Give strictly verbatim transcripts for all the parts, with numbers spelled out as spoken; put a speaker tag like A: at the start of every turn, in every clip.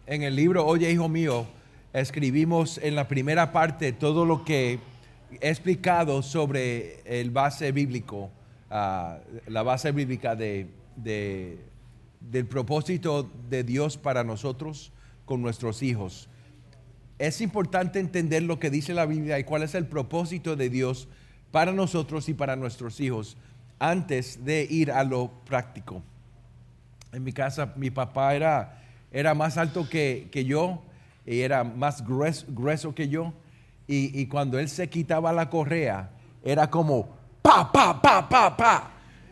A: En el libro Oye, hijo mío, escribimos en la primera parte todo lo que he explicado sobre el base bíblico, uh, la base bíblica de, de, del propósito de Dios para nosotros con nuestros hijos. Es importante entender lo que dice la Biblia y cuál es el propósito de Dios para nosotros y para nuestros hijos antes de ir a lo práctico. En mi casa, mi papá era, era más alto que, que yo y era más grueso, grueso que yo. Y, y cuando él se quitaba la correa, era como pa, pa, pa, pa, pa.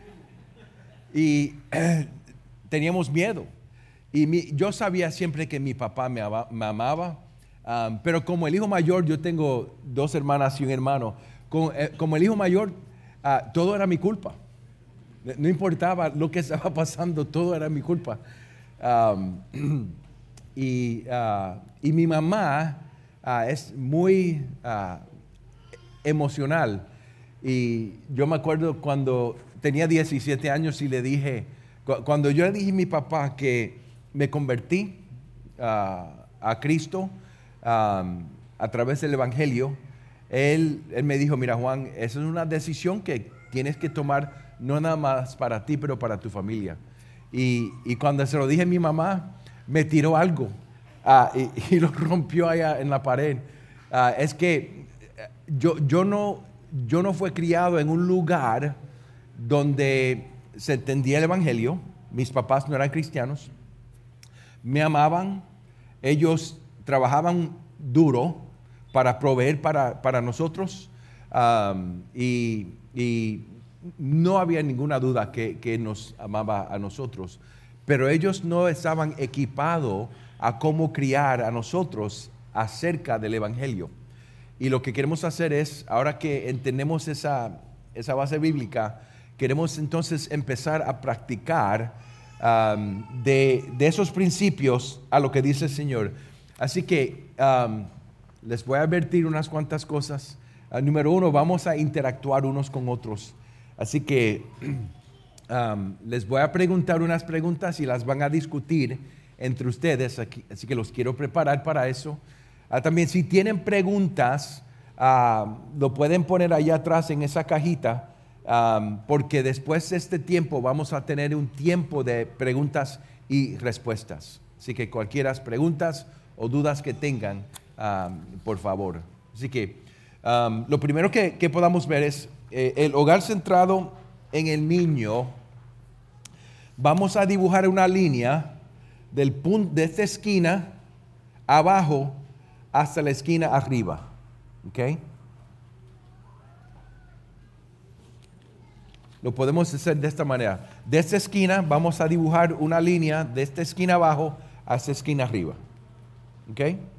A: Y eh, teníamos miedo. Y mi, yo sabía siempre que mi papá me, me amaba. Um, pero como el hijo mayor, yo tengo dos hermanas y un hermano. Como, eh, como el hijo mayor, uh, todo era mi culpa. No importaba lo que estaba pasando, todo era mi culpa. Um, y, uh, y mi mamá uh, es muy uh, emocional. Y yo me acuerdo cuando tenía diecisiete años y le dije, cu cuando yo le dije a mi papá que me convertí uh, a Cristo um, a través del Evangelio, él, él me dijo, mira Juan, esa es una decisión que tienes que tomar no nada más para ti, pero para tu familia. Y, y cuando se lo dije a mi mamá, me tiró algo uh, y, y lo rompió allá en la pared. Uh, es que yo, yo, no, yo no fui criado en un lugar donde se entendía el Evangelio. Mis papás no eran cristianos. Me amaban. Ellos trabajaban duro para proveer para, para nosotros. Um, y, y no había ninguna duda que, que nos amaba a nosotros, pero ellos no estaban equipados a cómo criar a nosotros acerca del Evangelio. Y lo que queremos hacer es, ahora que entendemos esa, esa base bíblica, queremos entonces empezar a practicar um, de, de esos principios a lo que dice el Señor. Así que um, les voy a advertir unas cuantas cosas. Uh, número uno, vamos a interactuar unos con otros. Así que um, les voy a preguntar unas preguntas y las van a discutir entre ustedes, aquí, así que los quiero preparar para eso. Uh, también si tienen preguntas, uh, lo pueden poner allá atrás en esa cajita, um, porque después de este tiempo vamos a tener un tiempo de preguntas y respuestas. Así que cualquiera preguntas o dudas que tengan, um, por favor. Así que um, lo primero que, que podamos ver es Eh, el hogar centrado en el niño. Vamos a dibujar una línea del punto de esta esquina abajo hasta la esquina arriba. ¿Ok? Lo podemos hacer de esta manera. De esta esquina vamos a dibujar una línea de esta esquina abajo hasta la esquina arriba. ¿Ok?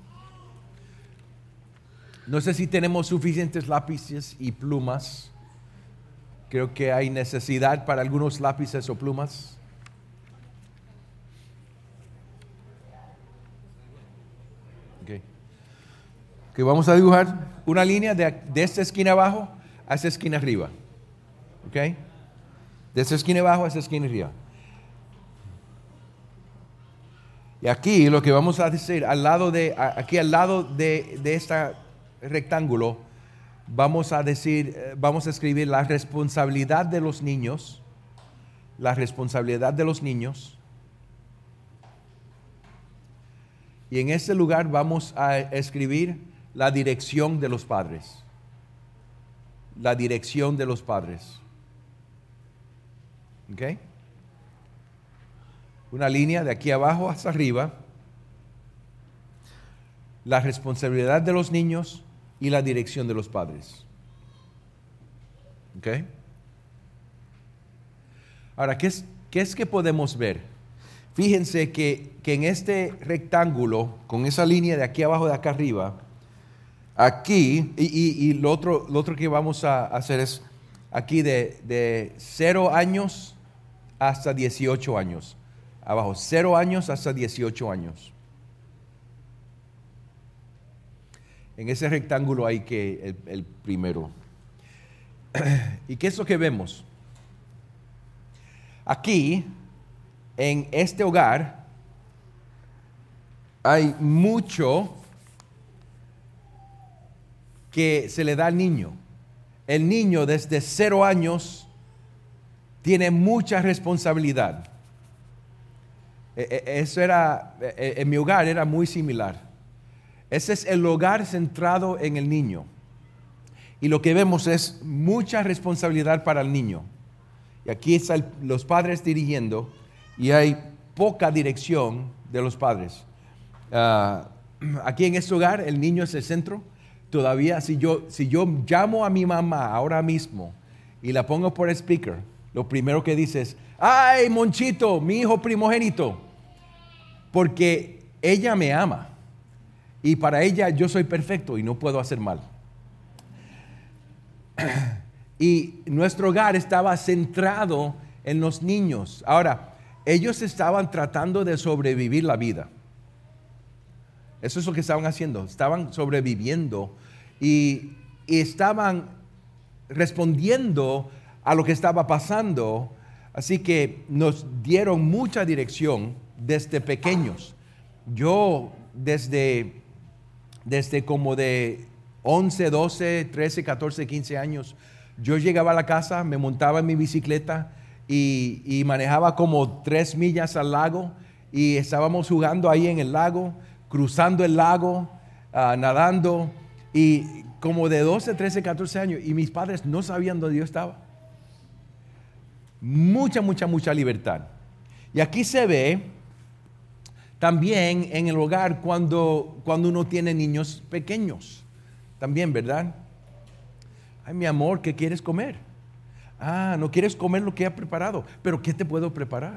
A: No sé si tenemos suficientes lápices y plumas. Creo que hay necesidad para algunos lápices o plumas. Okay. Okay, vamos a dibujar una línea de, de esta esquina abajo a esta esquina arriba. Okay. De esta esquina abajo a esta esquina arriba. Y aquí lo que vamos a decir, al lado de, aquí al lado de, de este rectángulo, vamos a decir, vamos a escribir la responsabilidad de los niños, la responsabilidad de los niños. Y en este lugar vamos a escribir la dirección de los padres. La dirección de los padres. ¿Ok? Una línea de aquí abajo hasta arriba. La responsabilidad de los niños y la dirección de los padres. ¿Ok? Ahora, ¿qué es, qué es que podemos ver? Fíjense que, que en este rectángulo, con esa línea de aquí abajo de acá arriba, aquí, y, y, y lo, otro, lo otro que vamos a hacer es aquí de, de cero años hasta dieciocho años. Abajo, cero años hasta dieciocho años. En ese rectángulo hay que el, el primero. ¿Y qué es lo que vemos? Aquí, en este hogar, hay mucho que se le da al niño. El niño desde cero años tiene mucha responsabilidad. Eso era, en mi hogar era muy similar. Ese es el hogar centrado en el niño. Y lo que vemos es mucha responsabilidad para el niño. Y aquí están los padres dirigiendo y hay poca dirección de los padres. Uh, aquí en este hogar el niño es el centro. Todavía si yo, si yo llamo a mi mamá ahora mismo y la pongo por speaker, lo primero que dice es, ¡ay, Monchito, mi hijo primogénito! Porque ella me ama y para ella yo soy perfecto y no puedo hacer mal. Y nuestro hogar estaba centrado en los niños. Ahora, ellos estaban tratando de sobrevivir la vida. Eso es lo que estaban haciendo, estaban sobreviviendo y, y estaban respondiendo a lo que estaba pasando. Así que nos dieron mucha dirección desde pequeños. Yo desde, desde como de once, doce, trece, catorce, quince años, yo llegaba a la casa, me montaba en mi bicicleta y, y manejaba como tres millas al lago y estábamos jugando ahí en el lago, cruzando el lago, uh, nadando, y como de doce, trece, catorce años, y mis padres no sabían dónde yo estaba. Mucha, mucha, mucha libertad. Y aquí se ve también en el hogar cuando, cuando uno tiene niños pequeños. También, ¿verdad? Ay, mi amor, ¿qué quieres comer? Ah, no quieres comer lo que he preparado, pero ¿qué te puedo preparar?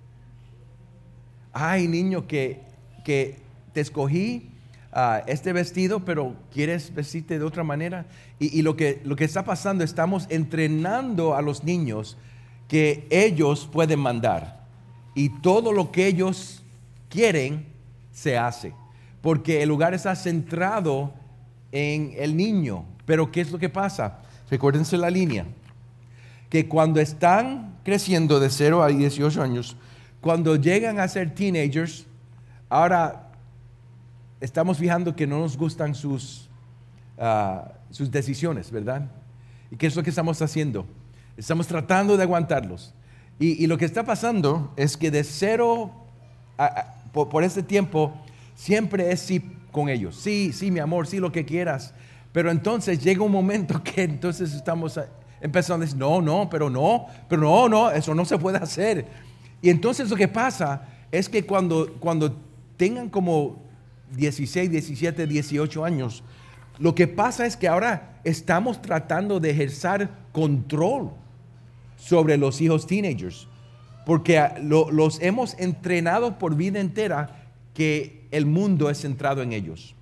A: Ay, niño, que, que te escogí uh, este vestido, pero quieres vestirte de otra manera. Y, y lo, que, lo que está pasando, estamos entrenando a los niños que ellos pueden mandar. Y todo lo que ellos quieren, se hace. Porque el lugar está centrado en el niño. Pero ¿qué es lo que pasa? Recuérdense la línea. Que cuando están creciendo de cero a dieciocho años, cuando llegan a ser teenagers, ahora estamos fijando que no nos gustan sus, uh, sus decisiones, ¿verdad? ¿Y qué es lo que estamos haciendo? Estamos tratando de aguantarlos. Y, y lo que está pasando es que de cero a, a, por, por este tiempo, siempre es sí con ellos. Sí, sí, mi amor, sí, lo que quieras. Pero entonces llega un momento que entonces estamos empezando a decir, no, no, pero no, pero no, no, eso no se puede hacer. Y entonces lo que pasa es que cuando, cuando tengan como dieciséis, diecisiete, dieciocho años, lo que pasa es que ahora estamos tratando de ejercer control sobre los hijos teenagers, porque lo, los hemos entrenado por vida entera que el mundo es centrado en ellos.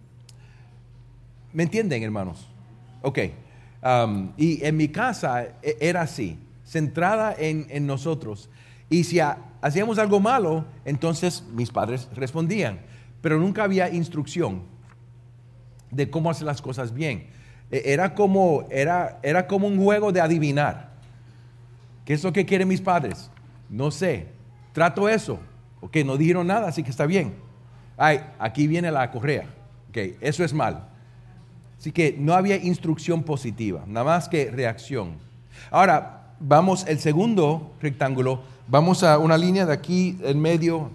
A: ¿Me entienden, hermanos? Ok. Um, y en mi casa era así, centrada en, en nosotros. Y si ha, hacíamos algo malo, entonces mis padres respondían. Pero nunca había instrucción de cómo hacer las cosas bien. Era como, era, era como un juego de adivinar. ¿Qué es lo que quieren mis padres? No sé. Trato eso. Ok, no dijeron nada, así que está bien. Ay, aquí viene la correa. Ok, eso es mal. Así que no había instrucción positiva, nada más que reacción. Ahora, vamos, el segundo rectángulo, vamos a una línea de aquí en medio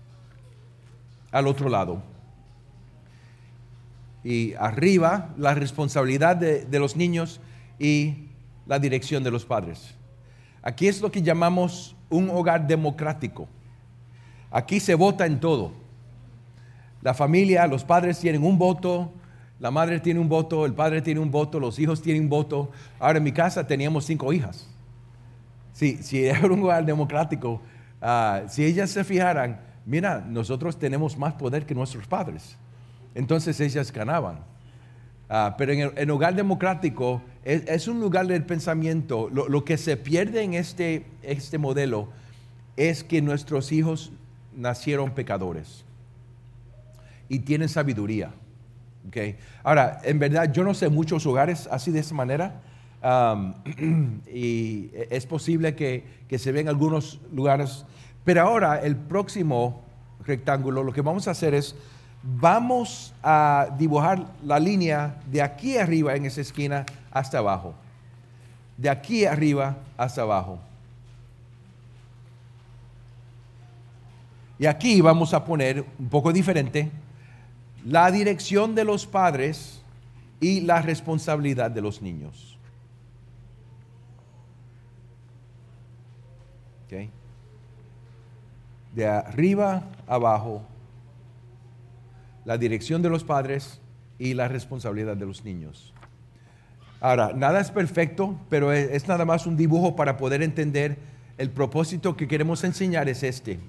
A: al otro lado. Y arriba, la responsabilidad de, de los niños y la dirección de los padres. Aquí es lo que llamamos un hogar democrático. Aquí se vota en todo. La familia, los padres tienen un voto, la madre tiene un voto, el padre tiene un voto, los hijos tienen un voto. Ahora en mi casa teníamos cinco hijas. Si, si era un hogar democrático, uh, si ellas se fijaran, mira, nosotros tenemos más poder que nuestros padres. Entonces ellas ganaban. Uh, pero en el en hogar democrático es, es un lugar del pensamiento. Lo, lo que se pierde en este, este modelo es que nuestros hijos nacieron pecadores y tienen sabiduría. Okay. Ahora, en verdad, yo no sé muchos hogares así de esa manera. Um, y es posible que, que se vean algunos lugares. Pero ahora, el próximo rectángulo, lo que vamos a hacer es, vamos a dibujar la línea de aquí arriba en esa esquina hasta abajo. De aquí arriba hasta abajo. Y aquí vamos a poner un poco diferente la dirección de los padres y la responsabilidad de los niños. Okay. De arriba a abajo, la dirección de los padres y la responsabilidad de los niños. Ahora, nada es perfecto, pero es, es nada más un dibujo para poder entender el propósito que queremos enseñar es este.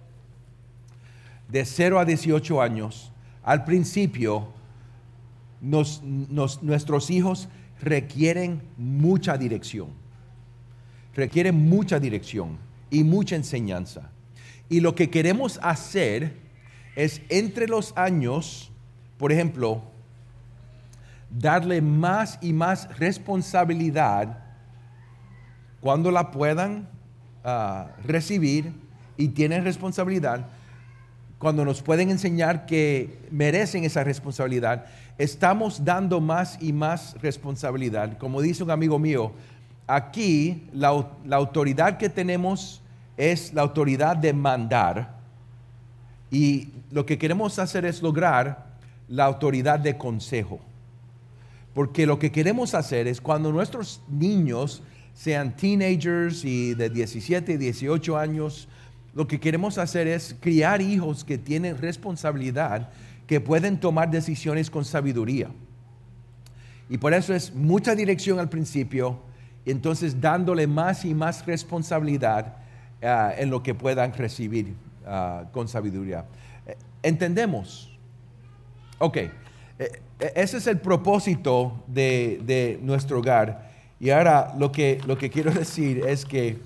A: De cero a dieciocho años, al principio, nos, nos, nuestros hijos requieren mucha dirección. Requieren mucha dirección y mucha enseñanza. Y lo que queremos hacer es entre los años, por ejemplo, darle más y más responsabilidad cuando la puedan uh, recibir y tienen responsabilidad, cuando nos pueden enseñar que merecen esa responsabilidad, estamos dando más y más responsabilidad. Como dice un amigo mío, aquí la, la autoridad que tenemos es la autoridad de mandar y lo que queremos hacer es lograr la autoridad de consejo. Porque lo que queremos hacer es cuando nuestros niños sean teenagers y de diecisiete y dieciocho años, lo que queremos hacer es criar hijos que tienen responsabilidad, que pueden tomar decisiones con sabiduría. Y por eso es mucha dirección al principio, y entonces dándole más y más responsabilidad uh, en lo que puedan recibir uh, con sabiduría. Eh, ¿Entendemos? Ok. Eh, ese es el propósito de, de nuestro hogar. Y ahora lo que, lo que quiero decir es que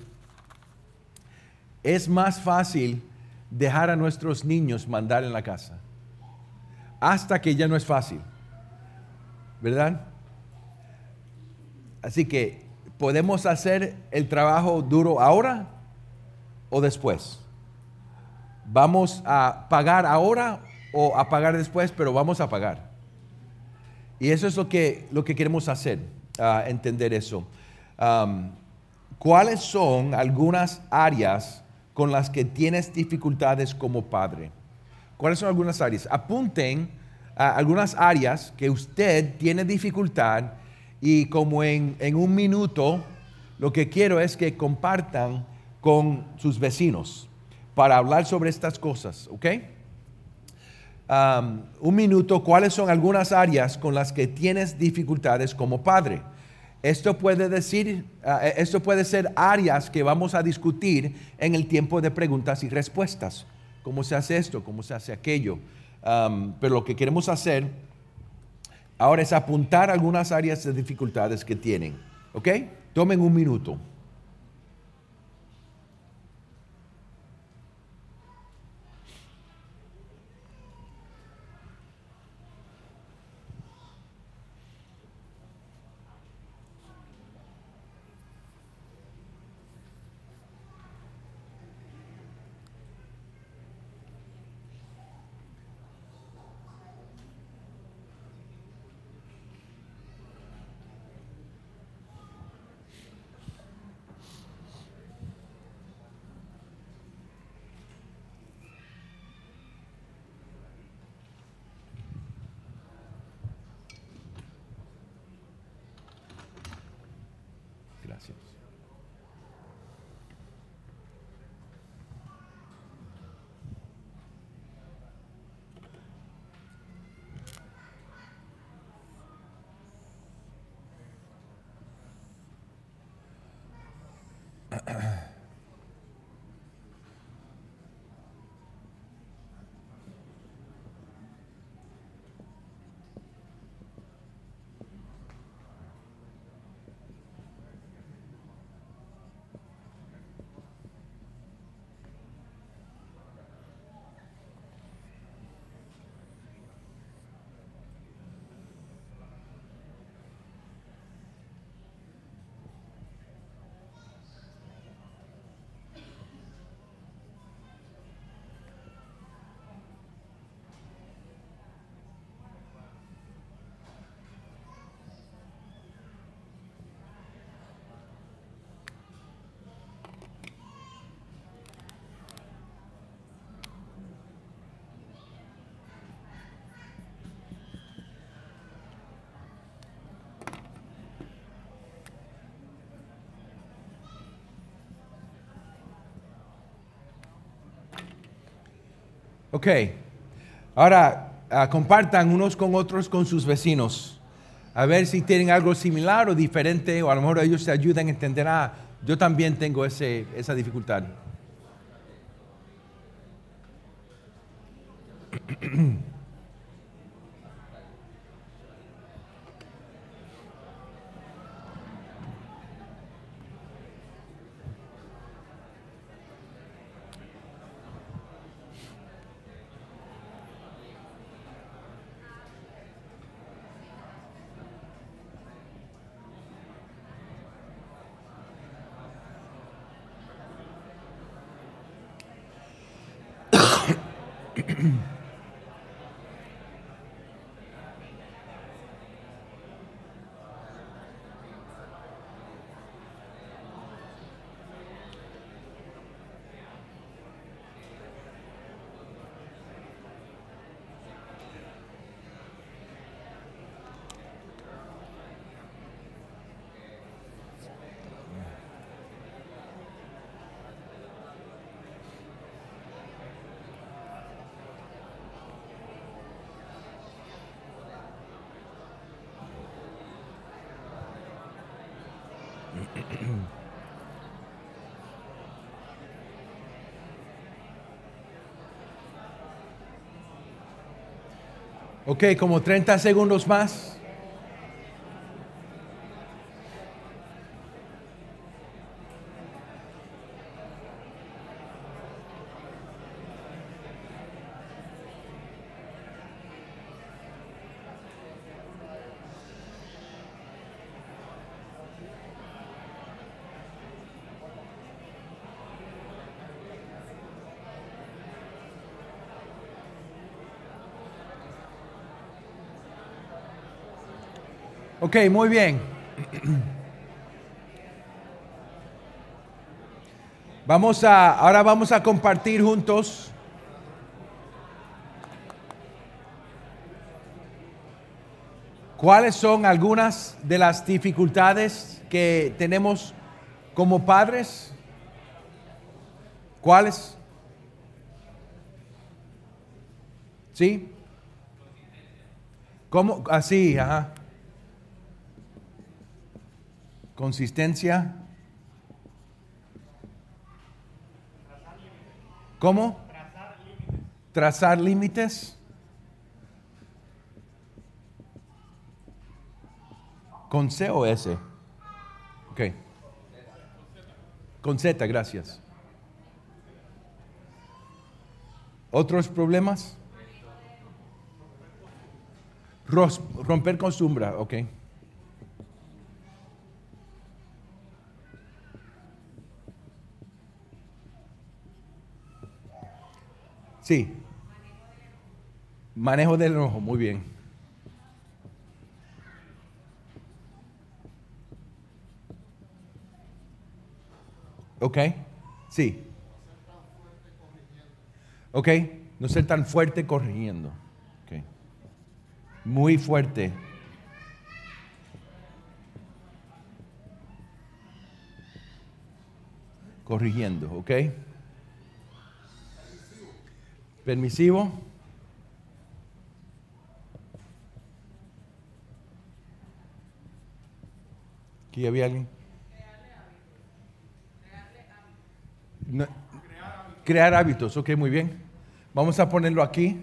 A: es más fácil dejar a nuestros niños mandar en la casa, hasta que ya no es fácil, ¿verdad? Así que podemos hacer el trabajo duro ahora o después. Vamos a pagar ahora o a pagar después, pero vamos a pagar. Y eso es lo que, lo que queremos hacer, uh, entender eso. Um, ¿Cuáles son algunas áreas con las que tienes dificultades como padre? ¿Cuáles son algunas áreas? Apunten a algunas áreas que usted tiene dificultad y como en, en un minuto, lo que quiero es que compartan con sus vecinos para hablar sobre estas cosas, ¿ok? Um, un minuto, ¿cuáles son algunas áreas con las que tienes dificultades como padre? Esto puede decir, uh, esto puede ser áreas que vamos a discutir en el tiempo de preguntas y respuestas. ¿Cómo se hace esto? ¿Cómo se hace aquello? Um, pero lo que queremos hacer ahora es apuntar algunas áreas de dificultades que tienen. ¿Ok? Tomen un minuto. Gracias. Ok. Ahora, uh, compartan unos con otros con sus vecinos. A ver si tienen algo similar o diferente, o a lo mejor ellos te ayudan a entender, ah, yo también tengo ese, esa dificultad. Ok, como treinta segundos más. Ok, muy bien. Vamos a, ahora vamos a compartir juntos cuáles son algunas de las dificultades que tenemos como padres. ¿Cuáles? ¿Sí? ¿Cómo? Así, ajá. Consistencia. ¿Cómo? Trazar límites. ¿Con C o S? Ok. Con Z, gracias. ¿Otros problemas? Ros- romper costumbre, ok. Sí. Manejo del enojo, muy bien. Ok. Sí. Ok. No ser tan fuerte corrigiendo. Ok. Muy fuerte. Corrigiendo, ok. Permisivo. Aquí había alguien. No, crear hábitos, ok, muy bien. Vamos a ponerlo aquí.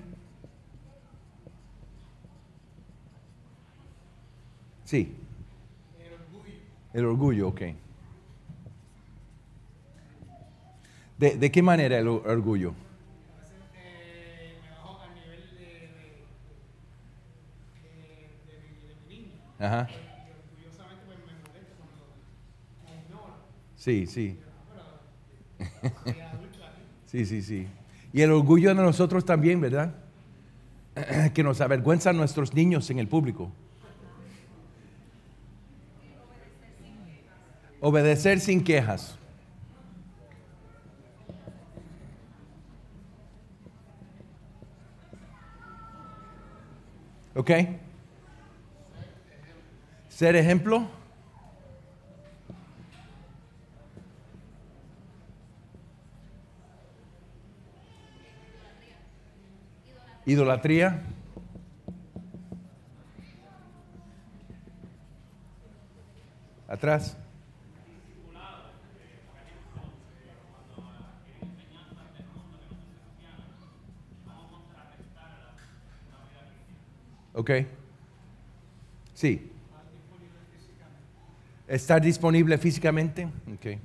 A: Sí. El orgullo, ok. ¿De, de qué manera el orgullo? Ajá. Sí, sí. Sí, sí, sí. Y el orgullo de nosotros también, ¿verdad? Que nos avergüenzan nuestros niños en el público. Obedecer sin quejas. ¿Ok? Ser ejemplo. Idolatría. Atrás. Ok. Sí. ¿Estar disponible físicamente? Ok.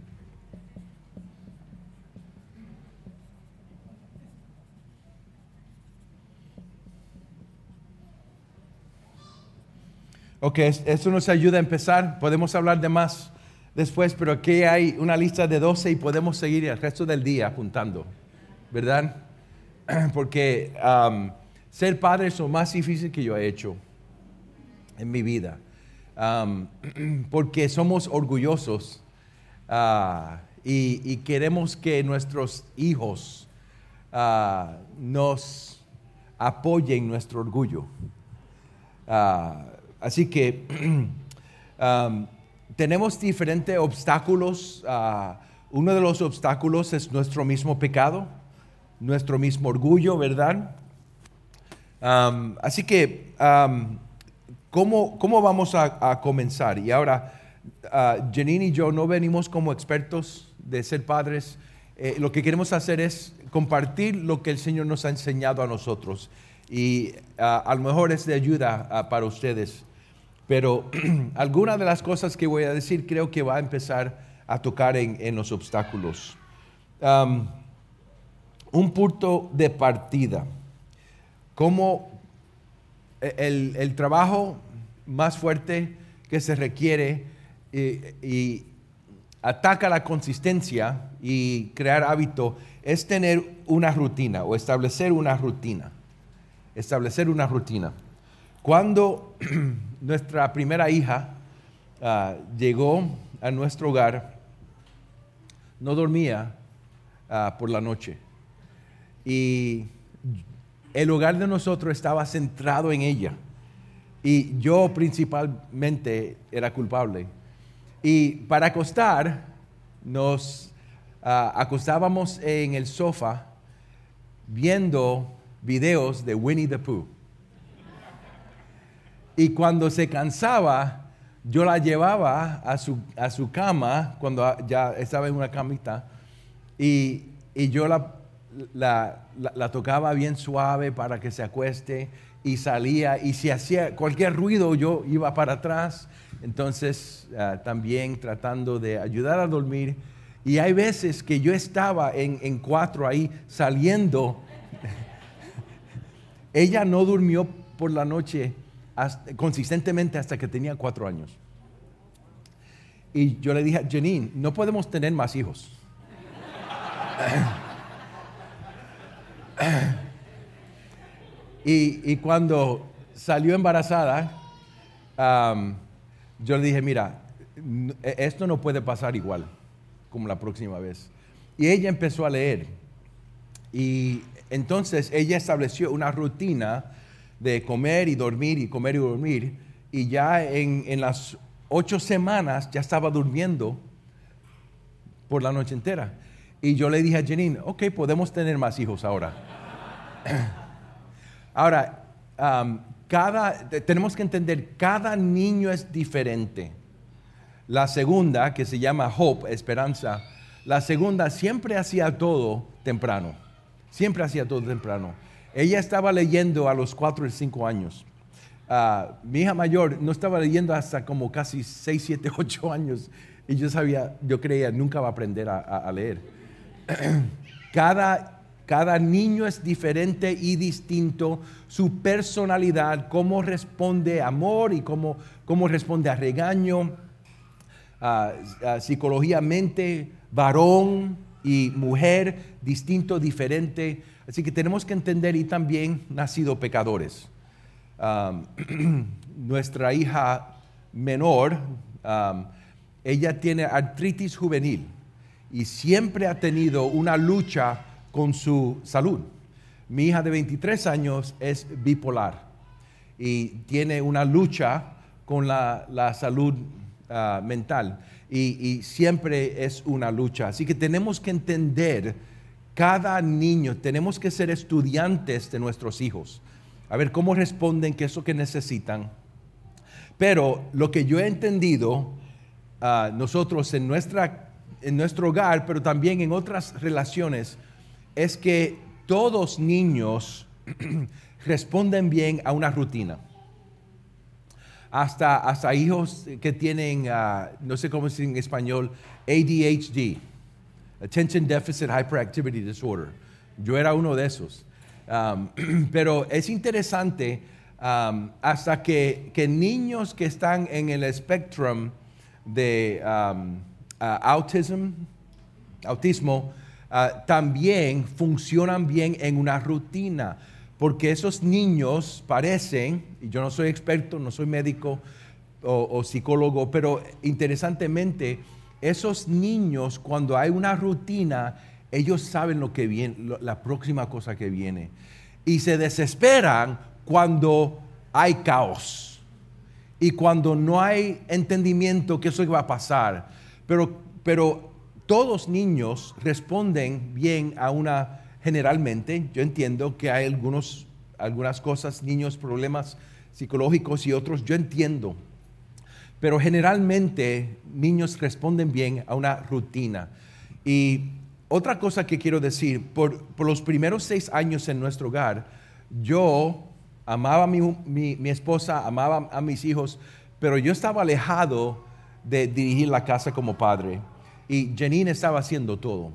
A: Ok, eso nos ayuda a empezar. Podemos hablar de más después, pero aquí hay una lista de doce y podemos seguir el resto del día apuntando, ¿verdad? Porque um, ser padre es lo más difícil que yo he hecho en mi vida. Um, porque somos orgullosos uh, y, y queremos que nuestros hijos uh, nos apoyen nuestro orgullo. Uh, así que um, tenemos diferentes obstáculos. Uh, uno de los obstáculos es nuestro mismo pecado, nuestro mismo orgullo, ¿verdad? Um, así que, um, ¿cómo, ¿cómo vamos a, a comenzar? Y ahora, uh, Janine y yo no venimos como expertos de ser padres. Eh, lo que queremos hacer es compartir lo que el Señor nos ha enseñado a nosotros. Y uh, a lo mejor es de ayuda uh, para ustedes. Pero algunas de las cosas que voy a decir creo que va a empezar a tocar en, en los obstáculos. Um, un punto de partida. Como el, el trabajo más fuerte que se requiere y, y ataca la consistencia y crear hábito es tener una rutina o establecer una rutina. Establecer una rutina. Cuando nuestra primera hija uh, llegó a nuestro hogar, no dormía uh, por la noche. Y el hogar de nosotros estaba centrado en ella. Y yo principalmente era culpable. Y para acostar, nos uh, acostábamos en el sofá viendo videos de Winnie the Pooh. Y cuando se cansaba, yo la llevaba a su, a su cama, cuando ya estaba en una camita, y, y yo la, la, la, la tocaba bien suave para que se acueste, y salía, y si hacía cualquier ruido, yo iba para atrás. Entonces, uh, también tratando de ayudar a dormir. Y hay veces que yo estaba en, en cuatro ahí, saliendo. Ella no durmió por la noche hasta, consistentemente hasta que tenía cuatro años. Y yo le dije, Janine, no podemos tener más hijos. y, y cuando salió embarazada, um, yo le dije, mira, esto no puede pasar igual como la próxima vez. Y ella empezó a leer. Y entonces ella estableció una rutina de comer y dormir y comer y dormir. Y ya en, en las ocho semanas ya estaba durmiendo por la noche entera. Y yo le dije a Janine, ok, podemos tener más hijos ahora. Ahora, um, cada, tenemos que entender, cada niño es diferente. La segunda, que se llama Hope, Esperanza, la segunda siempre hacía todo temprano. Siempre hacía todo temprano. Ella estaba leyendo a los cuatro y cinco años. Uh, mi hija mayor no estaba leyendo hasta como casi seis, siete, ocho años. Y yo sabía, yo creía, nunca va a aprender a, a, a leer. cada, cada niño es diferente y distinto. Su personalidad, cómo responde a amor y cómo, cómo responde a regaño. Uh, uh, psicológicamente, varón y mujer, distinto, diferente. Así que tenemos que entender, y también nacido pecadores. Um, nuestra hija menor, um, ella tiene artritis juvenil y siempre ha tenido una lucha con su salud. Mi hija de veintitrés años es bipolar y tiene una lucha con la, la salud uh, mental. Y, y siempre es una lucha. Así que tenemos que entender cada niño, tenemos que ser estudiantes de nuestros hijos, a ver cómo responden, qué es lo que necesitan. Pero lo que yo he entendido, uh, nosotros en, nuestra, en nuestro hogar, pero también en otras relaciones, es que todos niños responden bien a una rutina. Hasta, hasta hijos que tienen, uh, no sé cómo decir en español, A D H D, Attention Deficit Hyperactivity Disorder. Yo era uno de esos. Um, pero es interesante, um, hasta que, que niños que están en el espectrum de um, uh, autism, autismo, uh, también funcionan bien en una rutina. Porque esos niños parecen, y yo no soy experto, no soy médico o, o psicólogo, pero interesantemente, esos niños cuando hay una rutina, ellos saben lo que viene, la próxima cosa que viene. Y se desesperan cuando hay caos y cuando no hay entendimiento que eso va a pasar. Pero, pero todos niños responden bien a una... Generalmente, yo entiendo que hay algunos, algunas cosas, niños, problemas psicológicos y otros, yo entiendo. Pero generalmente, niños responden bien a una rutina. Y otra cosa que quiero decir, por, por los primeros seis años en nuestro hogar, yo amaba a mi, mi, mi esposa, amaba a mis hijos, pero yo estaba alejado de dirigir la casa como padre. Y Janine estaba haciendo todo.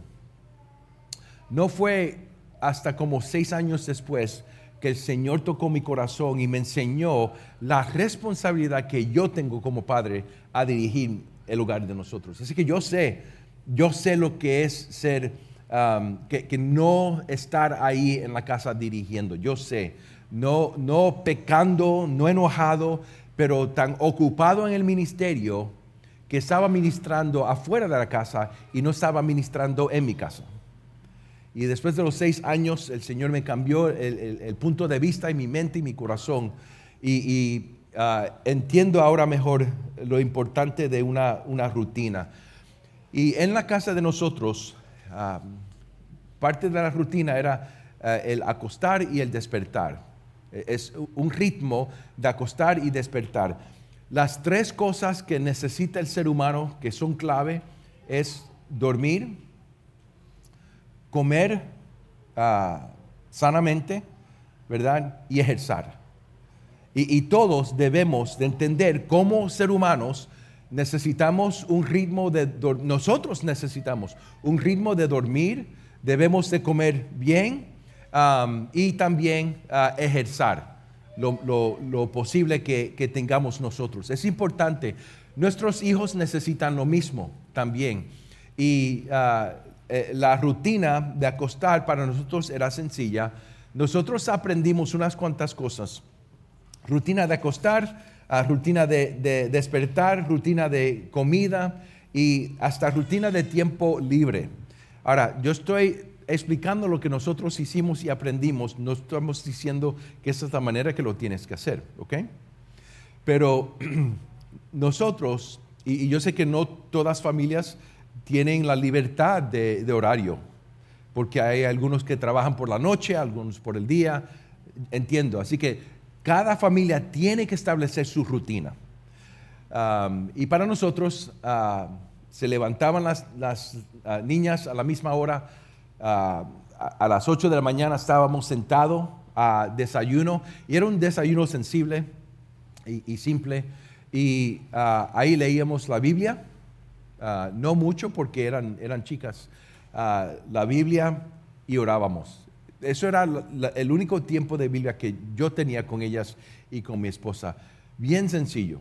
A: No fue hasta como seis años después que el Señor tocó mi corazón y me enseñó la responsabilidad que yo tengo como padre a dirigir el hogar de nosotros. Así que yo sé, yo sé lo que es ser, um, que, que no estar ahí en la casa dirigiendo. Yo sé, no, no pecando, no enojado, pero tan ocupado en el ministerio que estaba ministrando afuera de la casa y no estaba ministrando en mi casa. Y después de los seis años, el Señor me cambió el, el, el punto de vista y mi mente y mi corazón. Y, y uh, entiendo ahora mejor lo importante de una, una rutina. Y en la casa de nosotros, uh, parte de la rutina era uh, el acostar y el despertar. Es un ritmo de acostar y despertar. Las tres cosas que necesita el ser humano, que son clave, es dormir, comer uh, sanamente, ¿verdad? Y ejercer. Y, y todos debemos de entender como ser humanos necesitamos un ritmo de, nosotros necesitamos un ritmo de dormir, debemos de comer bien um, y también uh, ejercer lo, lo, lo posible que, que tengamos nosotros. Es importante, nuestros hijos necesitan lo mismo también. Y uh, Eh, la rutina de acostar para nosotros era sencilla. Nosotros aprendimos unas cuantas cosas. Rutina de acostar, uh, rutina de, de despertar, rutina de comida y hasta rutina de tiempo libre. Ahora, yo estoy explicando lo que nosotros hicimos y aprendimos. No estamos diciendo que esa es la manera que lo tienes que hacer, ¿ok? Pero nosotros, y, y yo sé que no todas familias tienen la libertad de, de horario, porque hay algunos que trabajan por la noche, algunos por el día, entiendo. Así que cada familia tiene que establecer su rutina. Um, y para nosotros, uh, se levantaban las, las uh, niñas a la misma hora, uh, a, a las ocho de la mañana estábamos sentados a desayuno, y era un desayuno sensible y, y simple, y uh, ahí leíamos la Biblia. Uh, no mucho porque eran, eran chicas, uh, la Biblia y orábamos. Eso era la, la, el único tiempo de Biblia que yo tenía con ellas y con mi esposa. Bien sencillo.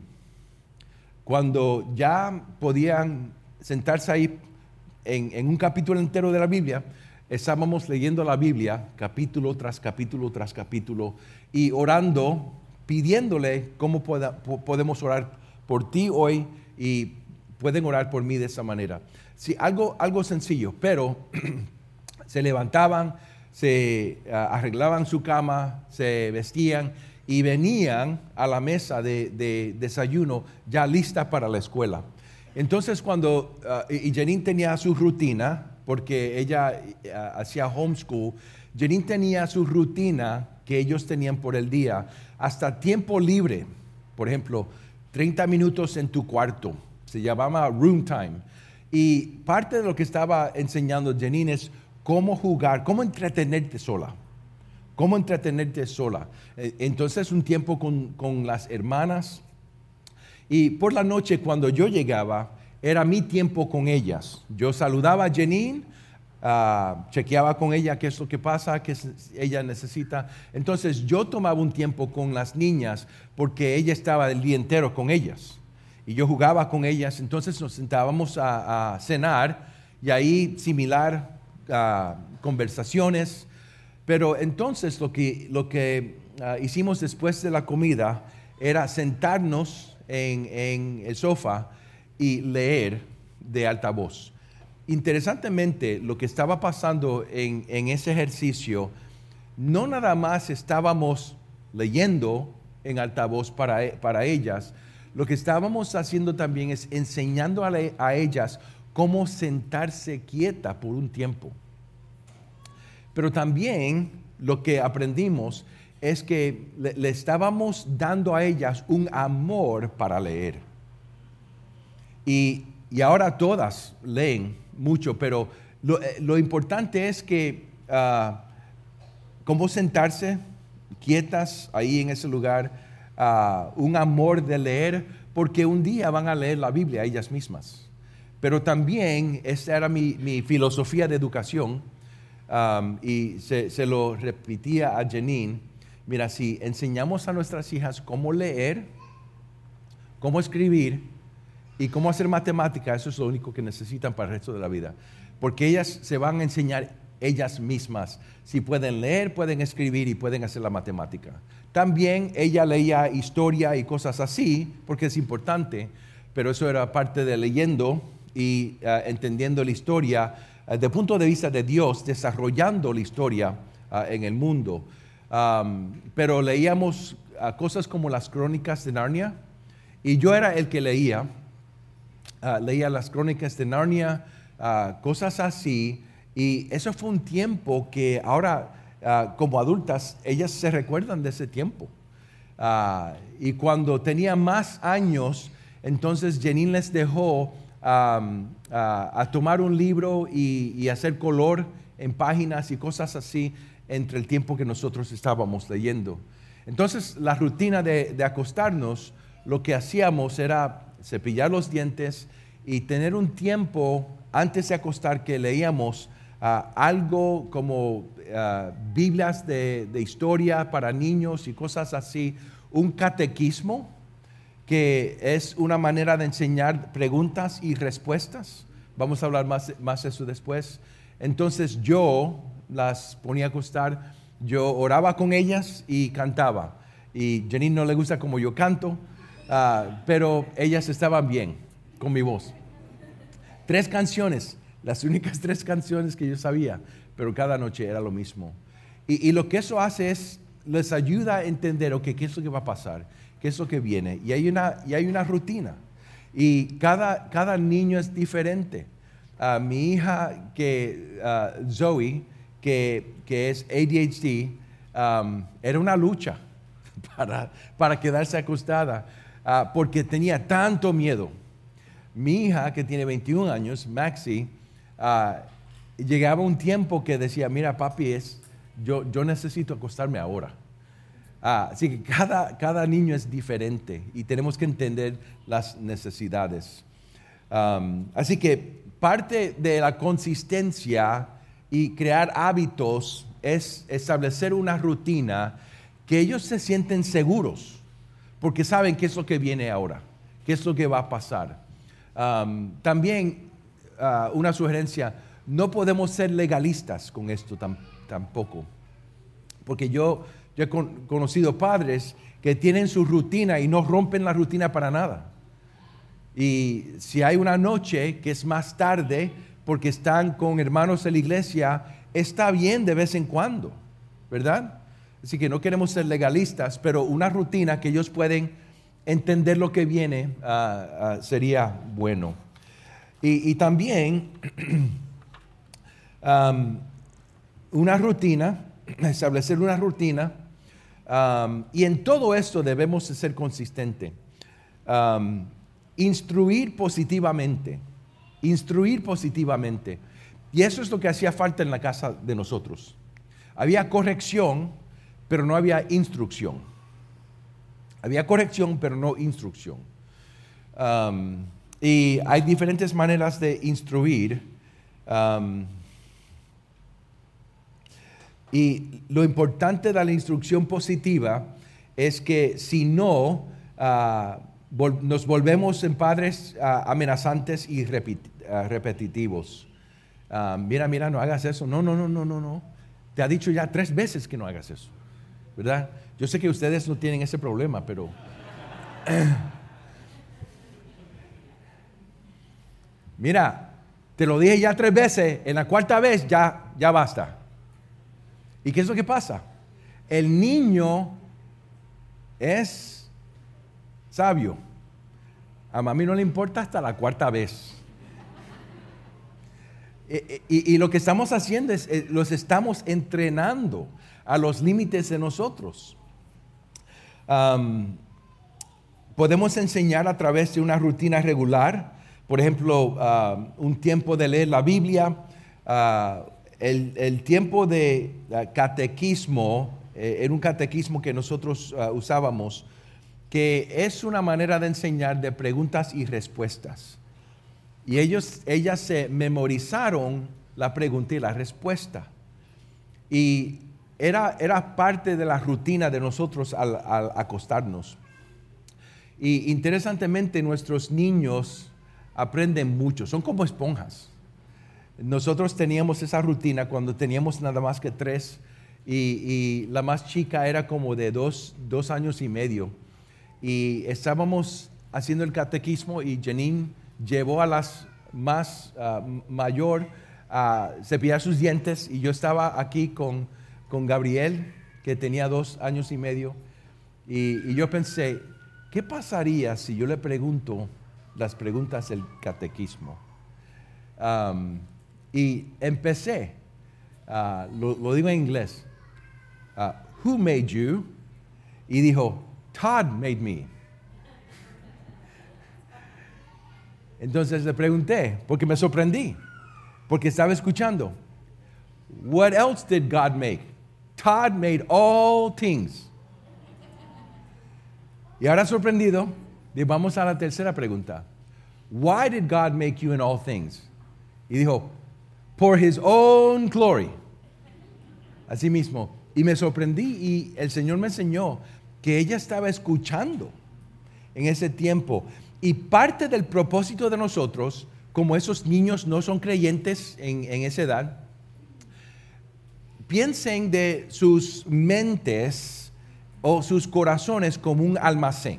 A: Cuando ya podían sentarse ahí en, en un capítulo entero de la Biblia, estábamos leyendo la Biblia capítulo tras capítulo tras capítulo y orando, pidiéndole cómo pueda, podemos orar por ti hoy y pueden orar por mí de esa manera. Sí, algo, algo sencillo, pero se levantaban, se uh, arreglaban su cama, se vestían y venían a la mesa de, de desayuno ya lista para la escuela. Entonces cuando, uh, y Janine tenía su rutina, porque ella uh, hacía homeschool. Janine tenía su rutina que ellos tenían por el día, hasta tiempo libre. Por ejemplo, treinta minutos en tu cuarto, se llamaba room time. Y parte de lo que estaba enseñando Janine es cómo jugar, cómo entretenerte sola. Cómo entretenerte sola. Entonces, un tiempo con, con las hermanas. Y por la noche, cuando yo llegaba, era mi tiempo con ellas. Yo saludaba a Janine, uh, chequeaba con ella qué es lo que pasa, qué ella necesita. Entonces, yo tomaba un tiempo con las niñas porque ella estaba el día entero con ellas. Y yo jugaba con ellas. Entonces, nos sentábamos a, a cenar y ahí similar uh, conversaciones. Pero entonces lo que, lo que uh, hicimos después de la comida era sentarnos en, en el sofá y leer de alta voz. Interesantemente, lo que estaba pasando en, en ese ejercicio, no nada más estábamos leyendo en alta voz para, para ellas, lo que estábamos haciendo también es enseñando a, le, a ellas cómo sentarse quieta por un tiempo. Pero también lo que aprendimos es que le, le estábamos dando a ellas un amor para leer. Y, y ahora todas leen mucho, pero lo, lo importante es que uh, cómo sentarse quietas ahí en ese lugar, uh, un amor de leer, porque un día van a leer la Biblia ellas mismas. Pero también esa era mi, mi filosofía de educación. Um, y se, se lo repetía a Janine. Mira, si enseñamos a nuestras hijas cómo leer, cómo escribir y cómo hacer matemática, eso es lo único que necesitan para el resto de la vida, porque ellas se van a enseñar ellas mismas. Si pueden leer, pueden escribir y pueden hacer la matemática. También ella leía historia y cosas así, porque es importante, pero eso era parte de leyendo y uh, entendiendo la historia desde el punto de vista de Dios, desarrollando la historia uh, en el mundo. Um, pero leíamos uh, cosas como las crónicas de Narnia, y yo era el que leía, uh, leía las crónicas de Narnia, uh, cosas así, y eso fue un tiempo que ahora, uh, como adultas, ellas se recuerdan de ese tiempo. Uh, y cuando tenía más años, entonces Janine les dejó Um, uh, a tomar un libro y, y hacer color en páginas y cosas así entre el tiempo que nosotros estábamos leyendo. Entonces, la rutina de, de acostarnos, lo que hacíamos era cepillar los dientes y tener un tiempo antes de acostar que leíamos uh, algo como uh, Biblias de, de historia para niños y cosas así, un catequismo, que es una manera de enseñar preguntas y respuestas. Vamos a hablar más, más de eso después. Entonces yo las ponía a acostar, yo oraba con ellas y cantaba. Y Janine no le gusta como yo canto, uh, pero ellas estaban bien con mi voz. Tres canciones, las únicas tres canciones que yo sabía, pero cada noche era lo mismo. Y, y lo que eso hace es, les ayuda a entender, ok, ¿qué es lo que va a pasar? ¿Qué es lo que viene? Y hay una, y hay una rutina. Y cada, cada niño es diferente. Uh, mi hija, que, uh, Zoe, que, que es A D H D, um, era una lucha para, para quedarse acostada, uh, porque tenía tanto miedo. Mi hija, que tiene veintiún años, Maxi, uh, llegaba un tiempo que decía, mira papi, es, yo, yo necesito acostarme ahora. Ah, así que cada, cada niño es diferente y tenemos que entender las necesidades. Um, así que parte de la consistencia y crear hábitos es establecer una rutina que ellos se sienten seguros, porque saben qué es lo que viene ahora, qué es lo que va a pasar. Um, también uh, una sugerencia, no podemos ser legalistas con esto tam, tampoco, porque yo... Yo he con, conocido padres que tienen su rutina y no rompen la rutina para nada. Y si hay una noche que es más tarde porque están con hermanos de la iglesia, está bien de vez en cuando, ¿verdad? Así que no queremos ser legalistas, pero una rutina que ellos pueden entender lo que viene uh, uh, sería bueno. Y, y también Um, una rutina, establecer una rutina, um, y en todo esto debemos de ser consistentes. Um, instruir positivamente, instruir positivamente. Y eso es lo que hacía falta en la casa de nosotros. Había corrección, pero no había instrucción. Había corrección, pero no instrucción. Um, y hay diferentes maneras de instruir. Um, y lo importante de la instrucción positiva es que si no, uh, vol- nos volvemos en padres uh, amenazantes y repet- uh, repetitivos. Uh, mira, mira, no hagas eso. No, no, no, no, no, no. Te ha dicho ya tres veces que no hagas eso, ¿verdad? Yo sé que ustedes no tienen ese problema, pero mira, te lo dije ya tres veces, en la cuarta vez ya, ya basta. ¿Y qué es lo que pasa? El niño es sabio. A mami no le importa hasta la cuarta vez. Y, y, y lo que estamos haciendo es, eh, los estamos entrenando a los límites de nosotros. Um, podemos enseñar a través de una rutina regular, por ejemplo, uh, un tiempo de leer la Biblia, uh, el, el tiempo de uh, catequismo, eh, era un catequismo que nosotros uh, usábamos, que es una manera de enseñar de preguntas y respuestas. Y ellos, ellas se memorizaron la pregunta y la respuesta. Y era, era parte de la rutina de nosotros al, al acostarnos. Y interesantemente nuestros niños aprenden mucho, son como esponjas. Nosotros teníamos esa rutina cuando teníamos nada más que tres y, y la más chica era como de dos, dos años y medio. Y estábamos haciendo el catequismo y Janine llevó a las más uh, mayor a cepillar sus dientes y yo estaba aquí con, con Gabriel, que tenía dos años y medio, y, y yo pensé, ¿qué pasaría si yo le pregunto las preguntas del catequismo? Um, y empecé, uh, lo, lo digo en inglés, uh, who made you? Y dijo, Todd made me. Entonces le pregunté, porque me sorprendí, porque estaba escuchando. What else did God make? Todd made all things. Y ahora sorprendido, vamos a la tercera pregunta. Why did God make you in all things? Y dijo, for His own glory. Así mismo. Y me sorprendí y el Señor me enseñó que ella estaba escuchando en ese tiempo. Y parte del propósito de nosotros, como esos niños no son creyentes en, en esa edad, piensen de sus mentes o sus corazones como un almacén.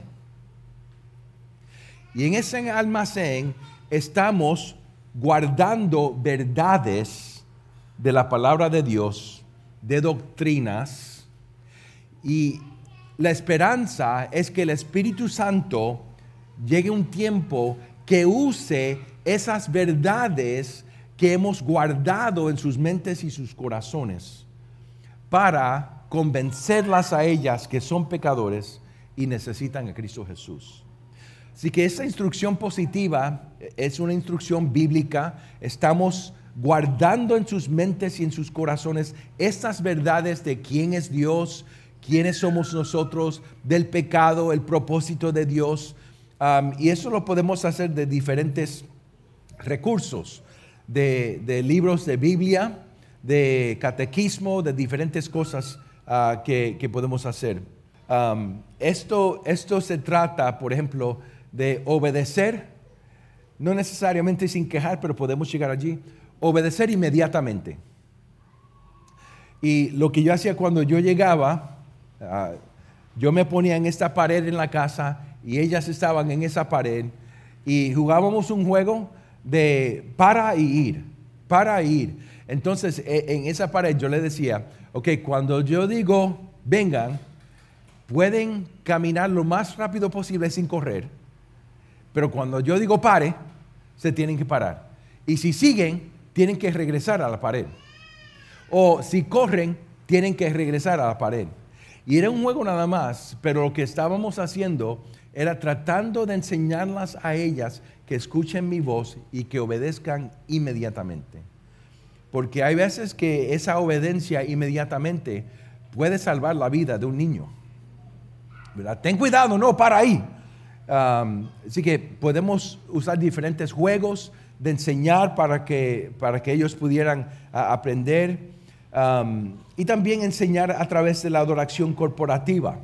A: Y en ese almacén estamos guardando verdades de la palabra de Dios, de doctrinas, y la esperanza es que el Espíritu Santo llegue un tiempo que use esas verdades que hemos guardado en sus mentes y sus corazones para convencerlas a ellas que son pecadores y necesitan a Cristo Jesús. Así que esa instrucción positiva es una instrucción bíblica. Estamos guardando en sus mentes y en sus corazones estas verdades de quién es Dios, quiénes somos nosotros, del pecado, el propósito de Dios. Um, y eso lo podemos hacer de diferentes recursos, de, de libros de Biblia, de catequismo, de diferentes cosas uh, que, que podemos hacer. Um, esto, esto se trata, por ejemplo, de obedecer, no necesariamente sin quejar, pero podemos llegar allí, obedecer inmediatamente. Y lo que yo hacía cuando yo llegaba, uh, yo me ponía en esta pared en la casa y ellas estaban en esa pared y jugábamos un juego de para y ir, para y ir. Entonces en esa pared yo le decía, ok, cuando yo digo vengan, pueden caminar lo más rápido posible sin correr, pero cuando yo digo pare, se tienen que parar. Y si siguen, tienen que regresar a la pared. O si corren, tienen que regresar a la pared. Y era un juego nada más, pero lo que estábamos haciendo era tratando de enseñarlas a ellas que escuchen mi voz y que obedezcan inmediatamente. Porque hay veces que esa obediencia inmediatamente puede salvar la vida de un niño, ¿verdad? Ten cuidado, no, para ahí. Um, así que podemos usar diferentes juegos de enseñar para que, para que ellos pudieran uh, aprender. Um, y también enseñar a través de la adoración corporativa.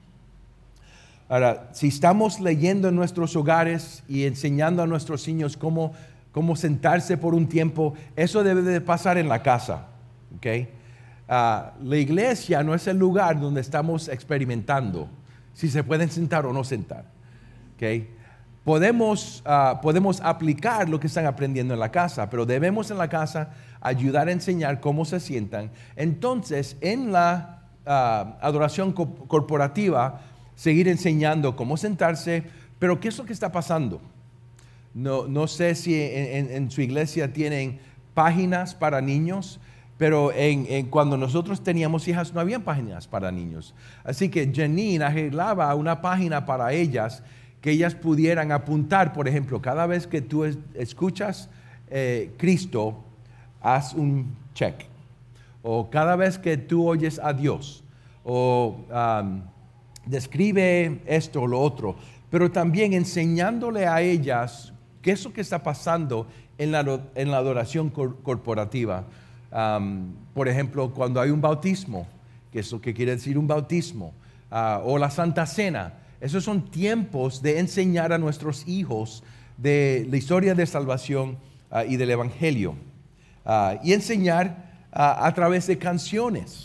A: Ahora, si estamos leyendo en nuestros hogares y enseñando a nuestros niños cómo, cómo sentarse por un tiempo, eso debe de pasar en la casa. ¿Okay? Uh, la iglesia no es el lugar donde estamos experimentando si se pueden sentar o no sentar. ¿Okay? Podemos, uh, podemos aplicar lo que están aprendiendo en la casa, pero debemos en la casa ayudar a enseñar cómo se sientan. Entonces, en la uh, adoración co- corporativa, seguir enseñando cómo sentarse, pero ¿qué es lo que está pasando? No, no sé si en, en, en su iglesia tienen páginas para niños, pero en, en, cuando nosotros teníamos hijas no había páginas para niños. Así que Janine arreglaba una página para ellas, que ellas pudieran apuntar, por ejemplo, cada vez que tú es, escuchas eh, Cristo, haz un check. O cada vez que tú oyes a Dios, o um, describe esto o lo otro, pero también enseñándole a ellas qué es lo que está pasando en la, en la adoración cor, corporativa. Um, por ejemplo, cuando hay un bautismo, que es lo que quiere decir un bautismo, uh, o la Santa Cena. Esos son tiempos de enseñar a nuestros hijos de la historia de salvación uh, y del Evangelio. Uh, y enseñar uh, a través de canciones.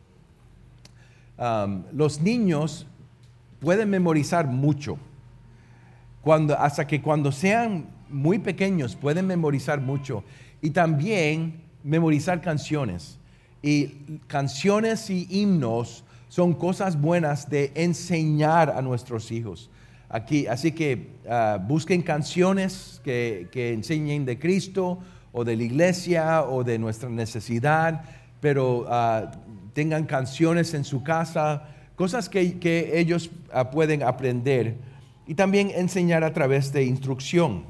A: Um, los niños pueden memorizar mucho. Cuando, hasta que cuando sean muy pequeños pueden memorizar mucho. Y también memorizar canciones. Y canciones y himnos son cosas buenas de enseñar a nuestros hijos. Aquí, así que uh, busquen canciones que, que enseñen de Cristo o de la iglesia o de nuestra necesidad, pero uh, tengan canciones en su casa, cosas que, que ellos uh, pueden aprender, y también enseñar a través de instrucción.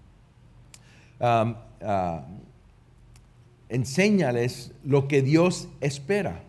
A: Um, uh, enséñales lo que Dios espera.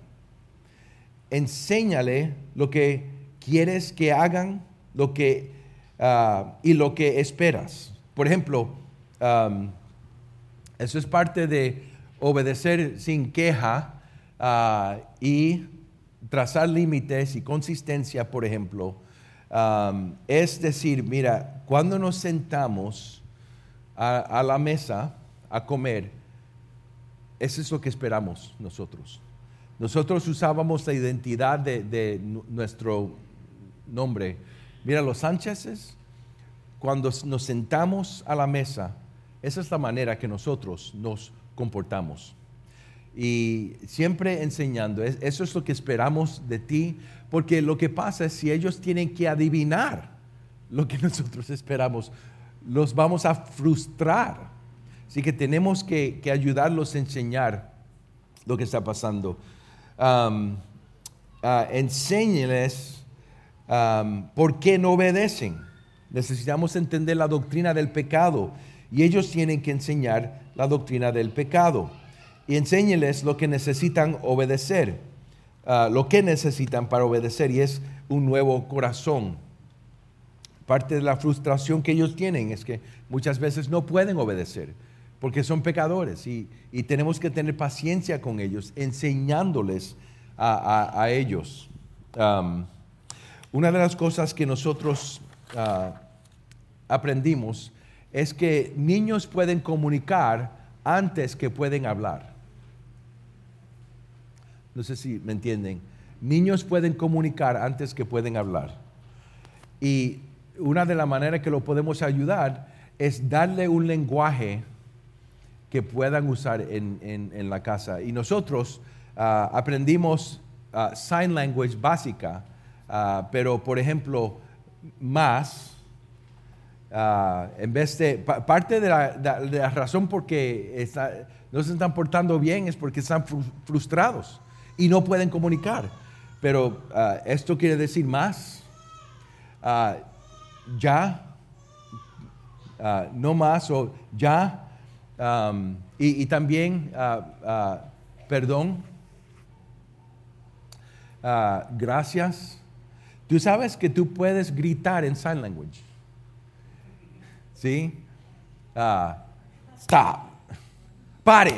A: Enséñale lo que quieres que hagan, lo que, uh, y lo que esperas. Por ejemplo, um, eso es parte de obedecer sin queja uh, y trazar límites y consistencia, por ejemplo. Um, es decir, mira, cuando nos sentamos a, a la mesa a comer, eso es lo que esperamos nosotros. Nosotros usábamos la identidad de, de nuestro nombre. Mira, los Sánchezes, cuando nos sentamos a la mesa, esa es la manera que nosotros nos comportamos. Y siempre enseñando, eso es lo que esperamos de ti, porque lo que pasa es si ellos tienen que adivinar lo que nosotros esperamos, los vamos a frustrar. Así que tenemos que, que ayudarlos a enseñar lo que está pasando. Um, uh, enséñeles um, por qué no obedecen. Necesitamos entender la doctrina del pecado y ellos tienen que enseñar la doctrina del pecado. Y enséñeles lo que necesitan obedecer, uh, lo que necesitan para obedecer, y es un nuevo corazón. Parte de la frustración que ellos tienen es que muchas veces no pueden obedecer porque son pecadores, y, y tenemos que tener paciencia con ellos, enseñándoles a, a, a ellos. Um, una de las cosas que nosotros uh, aprendimos es que niños pueden comunicar antes que pueden hablar. No sé si me entienden. Niños pueden comunicar antes que pueden hablar. Y una de las maneras que lo podemos ayudar es darle un lenguaje que puedan usar en, en, en la casa. Y nosotros uh, aprendimos uh, sign language básica, uh, pero por ejemplo, más, uh, en vez de, pa, parte de la, de, de la razón por qué está, no se están portando bien es porque están frustrados y no pueden comunicar. Pero uh, esto quiere decir más, uh, ya, uh, no más, o ya, um, y, y también uh, uh, perdón, uh, gracias. Tú sabes que tú puedes gritar en sign language, ¿sí? Uh, stop, pare.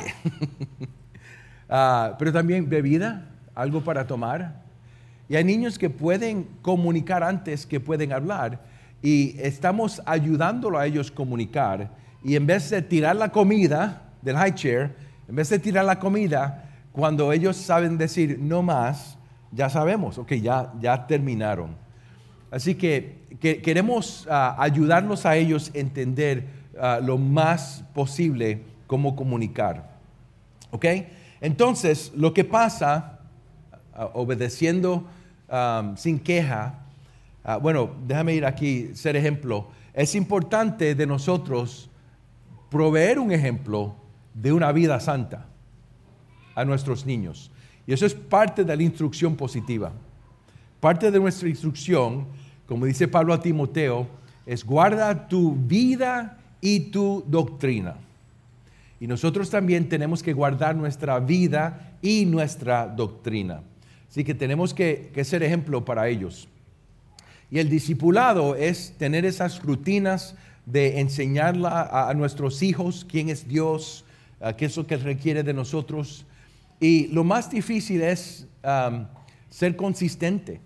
A: uh, pero también bebida, algo para tomar. Y hay niños que pueden comunicar antes que pueden hablar, y estamos ayudándolo a ellos comunicar, y en vez de tirar la comida del high chair, en vez de tirar la comida, cuando ellos saben decir no más, ya sabemos, ok, ya, ya terminaron. Así que, que queremos uh, ayudarlos a ellos a entender uh, lo más posible cómo comunicar. ¿Ok? Entonces, lo que pasa, uh, obedeciendo um, sin queja, uh, bueno, déjame ir aquí, ser ejemplo. Es importante de nosotros proveer un ejemplo de una vida santa a nuestros niños. Y eso es parte de la instrucción positiva. Parte de nuestra instrucción, como dice Pablo a Timoteo, es guarda tu vida y tu doctrina. Y nosotros también tenemos que guardar nuestra vida y nuestra doctrina. Así que tenemos que, que ser ejemplo para ellos. Y el discipulado es tener esas rutinas de enseñarla a, a nuestros hijos quién es Dios, uh, qué es lo que requiere de nosotros. Y lo más difícil es um, ser consistente,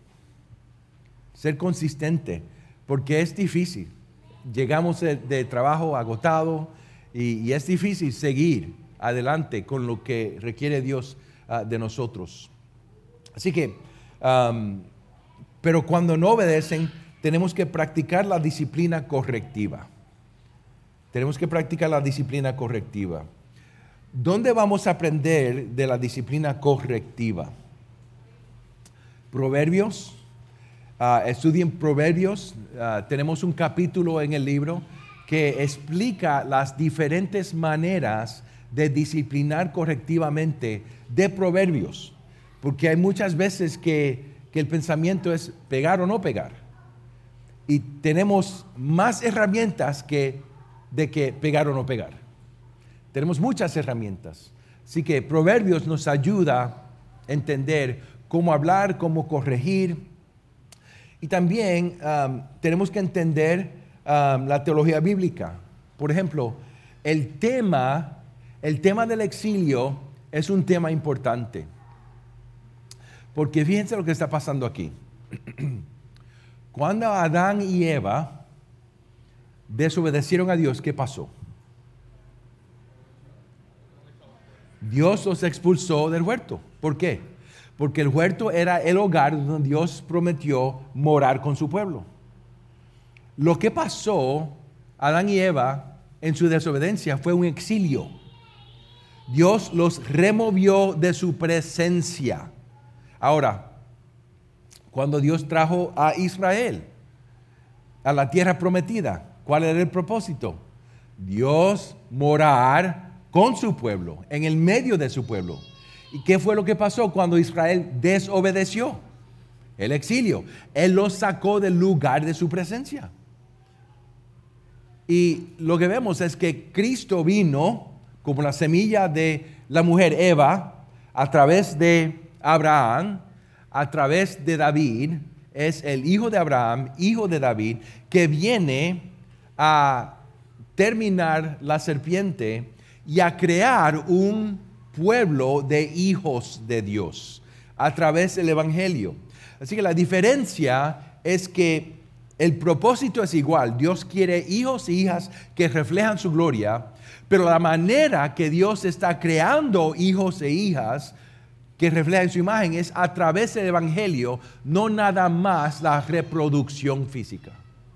A: ser consistente, porque es difícil. Llegamos de, de trabajo agotado y, y es difícil seguir adelante con lo que requiere Dios uh, de nosotros. Así que, um, pero cuando no obedecen, tenemos que practicar la disciplina correctiva. Tenemos que practicar la disciplina correctiva. ¿Dónde vamos a aprender de la disciplina correctiva? Proverbios. Uh, estudien Proverbios. Uh, tenemos un capítulo en el libro que explica las diferentes maneras de disciplinar correctivamente de Proverbios. Porque hay muchas veces que, que el pensamiento es pegar o no pegar. Y tenemos más herramientas que de que pegar o no pegar. Tenemos muchas herramientas. Así que Proverbios nos ayuda a entender cómo hablar, cómo corregir. Y también um, tenemos que entender um, la teología bíblica. Por ejemplo, el tema, el tema del exilio es un tema importante. Porque fíjense lo que está pasando aquí. Cuando Adán y Eva desobedecieron a Dios, ¿qué pasó? Dios los expulsó del huerto. ¿Por qué? Porque el huerto era el hogar donde Dios prometió morar con su pueblo. Lo que pasó, Adán y Eva, en su desobediencia, fue un exilio. Dios los removió de su presencia. Ahora, cuando Dios trajo a Israel a la tierra prometida, ¿cuál era el propósito? Dios morar con su pueblo, en el medio de su pueblo. ¿Y qué fue lo que pasó cuando Israel desobedeció? El exilio. Él los sacó del lugar de su presencia. Y lo que vemos es que Cristo vino como la semilla de la mujer Eva, a través de Abraham, a través de David. Es el hijo de Abraham, hijo de David, que viene a terminar la serpiente y a crear un pueblo de hijos de Dios a través del evangelio. Así que la diferencia es que el propósito es igual. Dios quiere hijos e hijas que reflejan su gloria, pero la manera que Dios está creando hijos e hijas que reflejan su imagen es a través del evangelio, no nada más la reproducción física.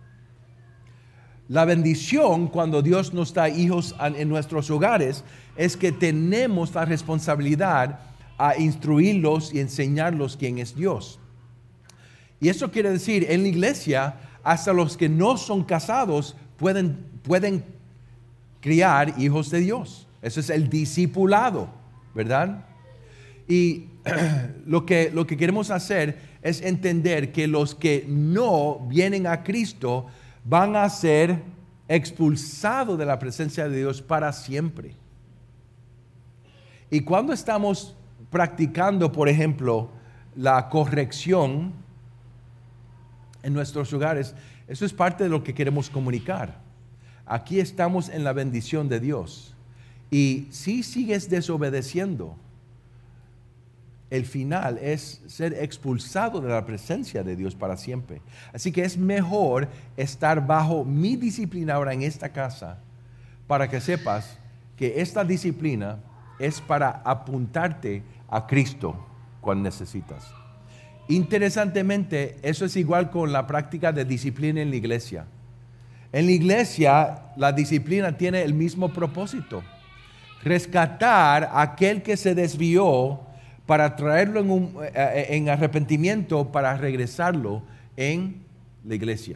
A: La bendición cuando Dios nos da hijos en nuestros hogares es que tenemos la responsabilidad a instruirlos y enseñarlos quién es Dios. Y eso quiere decir, en la iglesia, hasta los que no son casados pueden, pueden criar hijos de Dios. Eso es el discipulado, ¿verdad? Y lo que, lo que queremos hacer es entender que los que no vienen a Cristo van a ser expulsados de la presencia de Dios para siempre. Y cuando estamos practicando, por ejemplo, la corrección en nuestros hogares, eso es parte de lo que queremos comunicar. Aquí estamos en la bendición de Dios. Y si sigues desobedeciendo, el final es ser expulsado de la presencia de Dios para siempre. Así que es mejor estar bajo mi disciplina ahora en esta casa, para que sepas que esta disciplina es para apuntarte a Cristo cuando necesitas. Interesantemente, eso es igual con la práctica de disciplina en la iglesia. En la iglesia, la disciplina tiene el mismo propósito: rescatar a aquel que se desvió para traerlo en, un, en arrepentimiento, para regresarlo en la iglesia.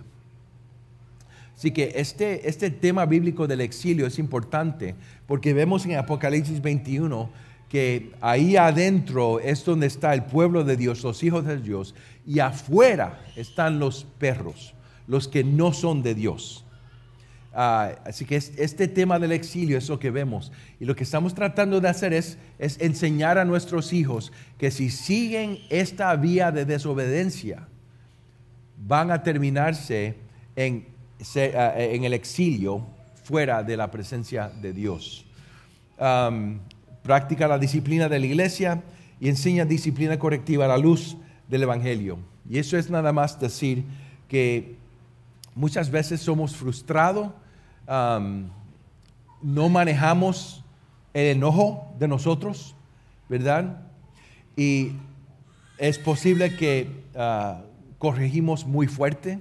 A: Así que este, este tema bíblico del exilio es importante, porque vemos en Apocalipsis veintiuno que ahí adentro es donde está el pueblo de Dios, los hijos de Dios, y afuera están los perros, los que no son de Dios. Uh, así que este tema del exilio es lo que vemos, y lo que estamos tratando de hacer es, es enseñar a nuestros hijos que si siguen esta vía de desobediencia van a terminarse en, en el exilio, fuera de la presencia de Dios. Um, practica la disciplina de la iglesia y enseña disciplina correctiva a la luz del Evangelio. Y eso es nada más decir que muchas veces somos frustrados, um, no manejamos el enojo de nosotros, ¿verdad? Y es posible que uh, corregimos muy fuerte.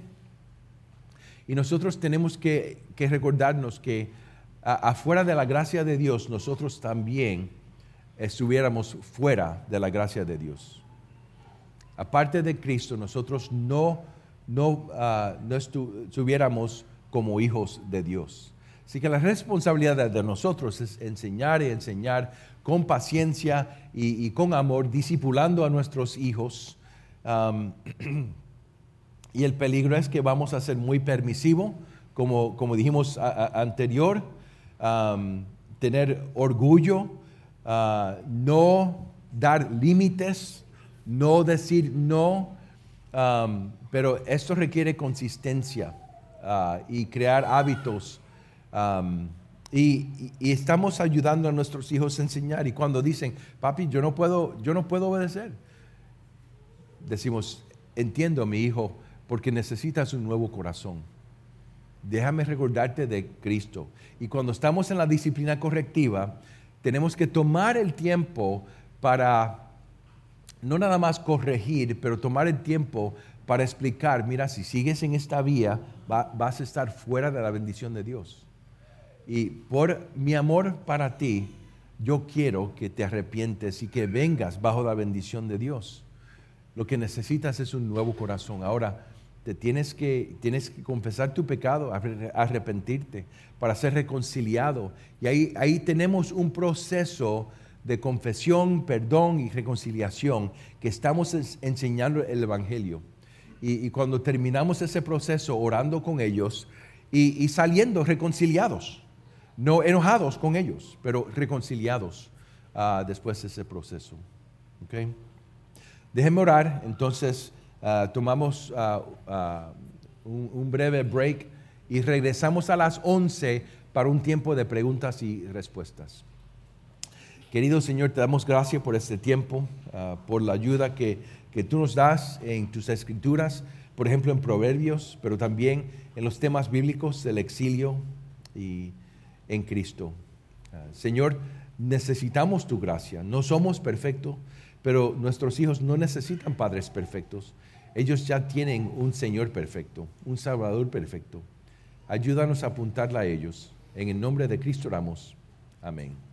A: Y nosotros tenemos que, que recordarnos que uh, afuera de la gracia de Dios, nosotros también estuviéramos fuera de la gracia de Dios. Aparte de Cristo, nosotros no no, uh, no estu- estuviéramos como hijos de Dios. Así que la responsabilidad de nosotros es enseñar y enseñar con paciencia y, y con amor, discipulando a nuestros hijos. Um, y el peligro es que vamos a ser muy permisivos, como, como dijimos a, a, anterior, um, tener orgullo, uh, no dar límites, no decir no. Um, pero esto requiere consistencia uh, y crear hábitos. Um, y, y, y estamos ayudando a nuestros hijos a enseñar. Y cuando dicen, papi, yo no puedo, yo no puedo obedecer, decimos, entiendo, mi hijo, porque necesitas un nuevo corazón. Déjame recordarte de Cristo. Y cuando estamos en la disciplina correctiva, tenemos que tomar el tiempo para no nada más corregir, pero tomar el tiempo para explicar, mira, si sigues en esta vía, va, vas a estar fuera de la bendición de Dios. Y por mi amor para ti, yo quiero que te arrepientes y que vengas bajo la bendición de Dios. Lo que necesitas es un nuevo corazón. Ahora, te tienes que, tienes que confesar tu pecado, arrepentirte para ser reconciliado. Y ahí, ahí tenemos un proceso de confesión, perdón y reconciliación que estamos enseñando el Evangelio. Y, y cuando terminamos ese proceso orando con ellos y, y saliendo reconciliados, no enojados con ellos, pero reconciliados uh, después de ese proceso. ¿Okay? Déjenme orar, entonces uh, tomamos uh, uh, un, un breve break y regresamos a las once para un tiempo de preguntas y respuestas. Querido Señor, te damos gracias por este tiempo, uh, por la ayuda que, que tú nos das en tus escrituras, por ejemplo en Proverbios, pero también en los temas bíblicos del exilio y en Cristo. Uh, Señor, necesitamos tu gracia. No somos perfectos, pero nuestros hijos no necesitan padres perfectos. Ellos ya tienen un Señor perfecto, un Salvador perfecto. Ayúdanos a apuntarla a ellos. En el nombre de Cristo oramos. Amén.